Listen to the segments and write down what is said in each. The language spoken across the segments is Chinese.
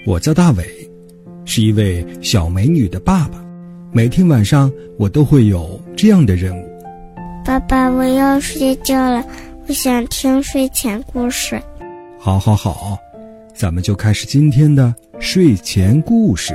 我叫大伟，是一位小美女的爸爸。每天晚上我都会有这样的任务。 爸爸，我要睡觉了，我想听睡前故事。 好，咱们就开始今天的睡前故事。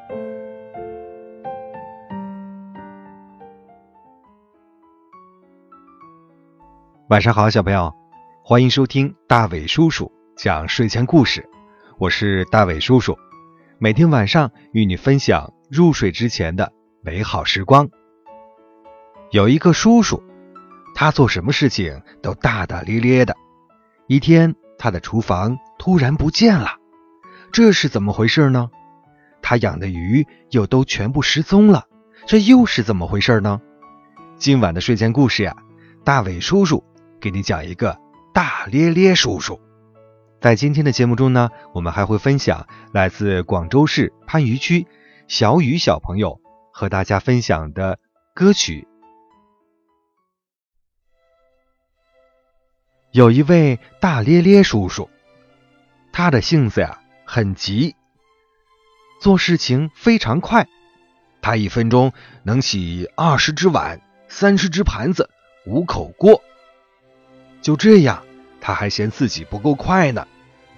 晚上好，小朋友，欢迎收听大伟叔叔讲睡前故事。我是大伟叔叔，每天晚上与你分享入睡之前的美好时光。有一个叔叔，他做什么事情都大大咧咧的。一天，他的厨房突然不见了，这是怎么回事呢？他养的鱼又都全部失踪了，这又是怎么回事呢？今晚的睡前故事呀，大伟叔叔给你讲一个大咧咧叔叔。在今天的节目中呢，我们还会分享来自广州市番禺区小雨小朋友和大家分享的歌曲。有一位大咧咧叔叔，他的性子呀很急，做事情非常快。他1分钟能洗20只碗、30只盘子、5口锅。就这样，他还嫌自己不够快呢。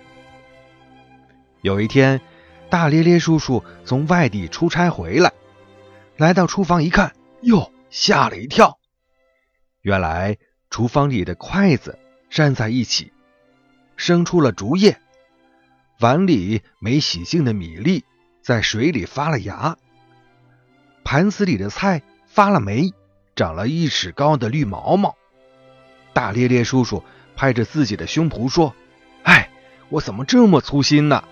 有一天，大咧咧叔叔从外地出差回来，来到厨房一看，哟，吓了一跳。原来厨房里的筷子粘在一起，生出了竹叶，碗里没洗净的米粒在水里发了芽，盘子里的菜发了霉，长了1尺高的绿毛毛。大咧咧叔叔拍着自己的胸脯说：“哎，我怎么这么粗心呢？”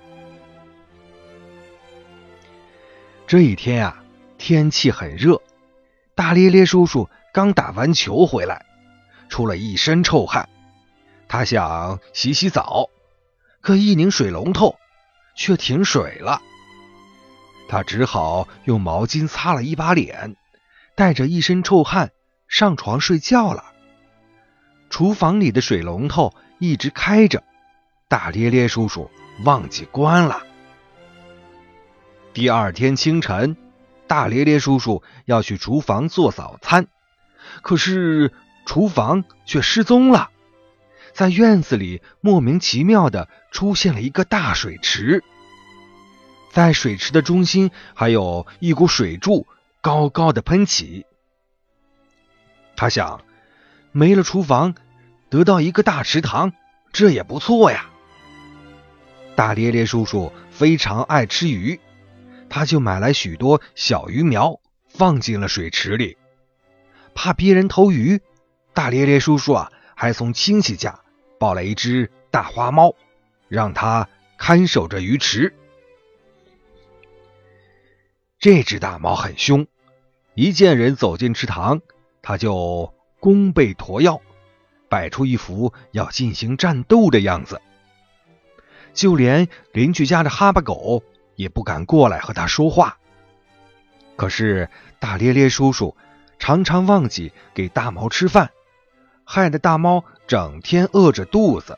这一天啊，天气很热，大咧咧叔叔刚打完球回来，出了一身臭汗。他想洗澡，可一拧水龙头却停水了。他只好用毛巾擦了一把脸，带着一身臭汗上床睡觉了。厨房里的水龙头一直开着，大咧咧叔叔忘记关了。第二天清晨，大咧咧叔叔要去厨房做早餐，可是厨房却失踪了。在院子里莫名其妙地出现了一个大水池，在水池的中心还有一股水柱高高的喷起。他想，没了厨房，得到一个大池塘，这也不错呀。大咧咧叔叔非常爱吃鱼，他就买来许多小鱼苗，放进了水池里。怕别人偷鱼，大咧咧叔叔还从亲戚家抱来一只大花猫，让它看守着鱼池。这只大猫很凶，一见人走进池塘，它就弓背驼腰，摆出一副要进行战斗的样子。就连邻居家的哈巴狗也不敢过来和他说话。可是大咧咧叔叔常常忘记给大猫吃饭，害得大猫整天饿着肚子。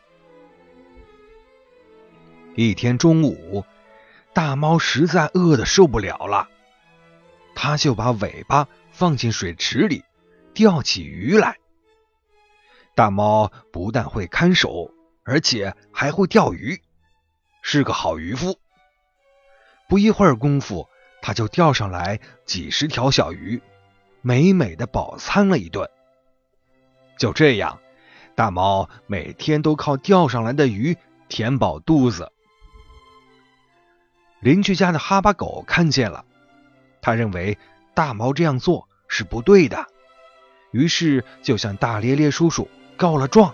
一天中午，大猫实在饿得受不了了，它就把尾巴放进水池里，钓起鱼来。大猫不但会看守，而且还会钓鱼，是个好渔夫。不一会儿功夫，他就钓上来几十条小鱼，美美的饱餐了一顿。就这样，大猫每天都靠钓上来的鱼填饱肚子。邻居家的哈巴狗看见了，他认为大猫这样做是不对的，于是就向大咧咧叔叔告了状。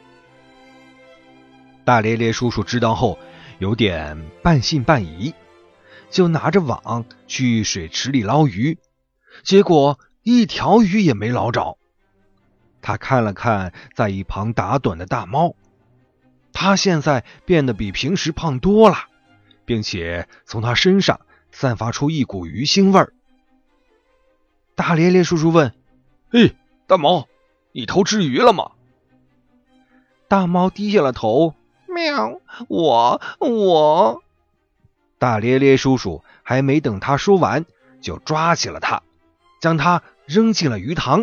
大咧咧叔叔知道后，有点半信半疑，就拿着网去水池里捞鱼，结果一条鱼也没捞着。他看了看在一旁打盹的大猫，他现在变得比平时胖多了，并且从他身上散发出一股鱼腥味儿。大咧咧叔叔问：“嘿，大猫，你偷吃鱼了吗？”大猫低下了头，喵，我大咧咧叔叔还没等他说完，就抓起了他，将他扔进了鱼塘。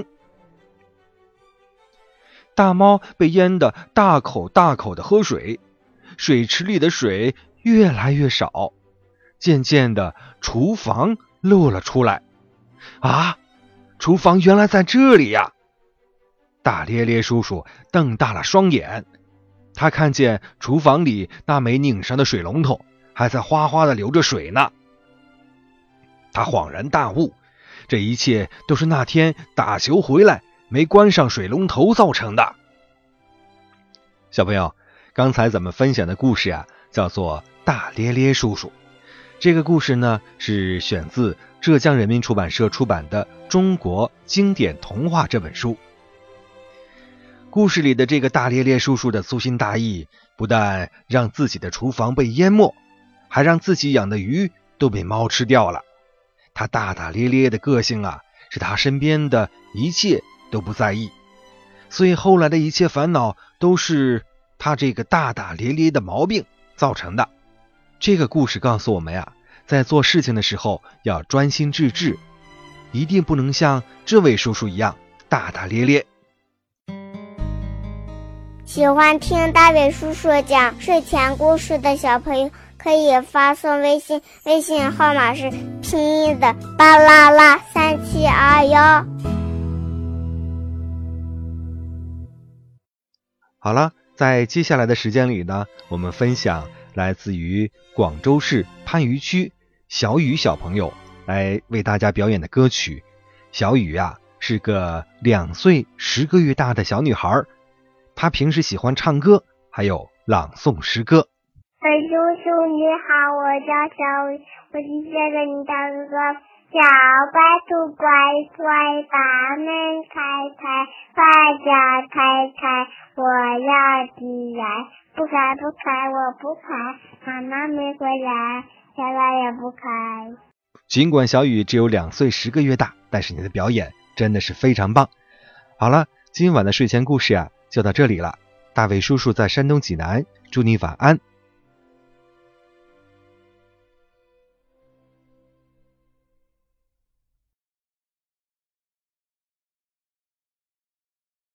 大猫被淹得大口大口的喝水，水池里的水越来越少，渐渐的厨房露了出来。啊，厨房原来在这里呀！大咧咧叔叔瞪大了双眼，他看见厨房里那没拧上的水龙头还在哗哗的流着水呢。他恍然大悟，这一切都是那天打球回来没关上水龙头造成的。小朋友，刚才咱们分享的故事啊，叫做大咧咧叔叔。这个故事呢，是选自浙江人民出版社出版的《中国经典童话》这本书。故事里的这个大咧咧叔叔的粗心大意，不但让自己的厨房被淹没，还让自己养的鱼都被猫吃掉了。他大大咧咧的个性啊，使他身边的一切都不在意，所以后来的一切烦恼都是他这个大大咧咧的毛病造成的。这个故事告诉我们呀，在做事情的时候要专心致志，一定不能像这位叔叔一样大大咧咧。 喜欢听大伟叔叔讲睡前故事的小朋友可以发送微信，微信号码是拼音的巴啦啦3721。 好了，在接下来的时间里呢，我们分享来自于广州市番禺区小雨小朋友来为大家表演的歌曲。小雨啊，是个2岁10个月大的小女孩，她平时喜欢唱歌，还有朗诵诗歌。 叔叔你好，我叫小雨，我是这个你的哥哥。小白兔乖乖，把门开开，把家开开，我要进来，不开不开，我不开，妈妈没回来，现在也不开。 尽管小雨只有2岁10个月大，但是你的表演真的是非常棒。好了，今晚的睡前故事啊，就到这里了。大伟叔叔在山东济南，祝你晚安。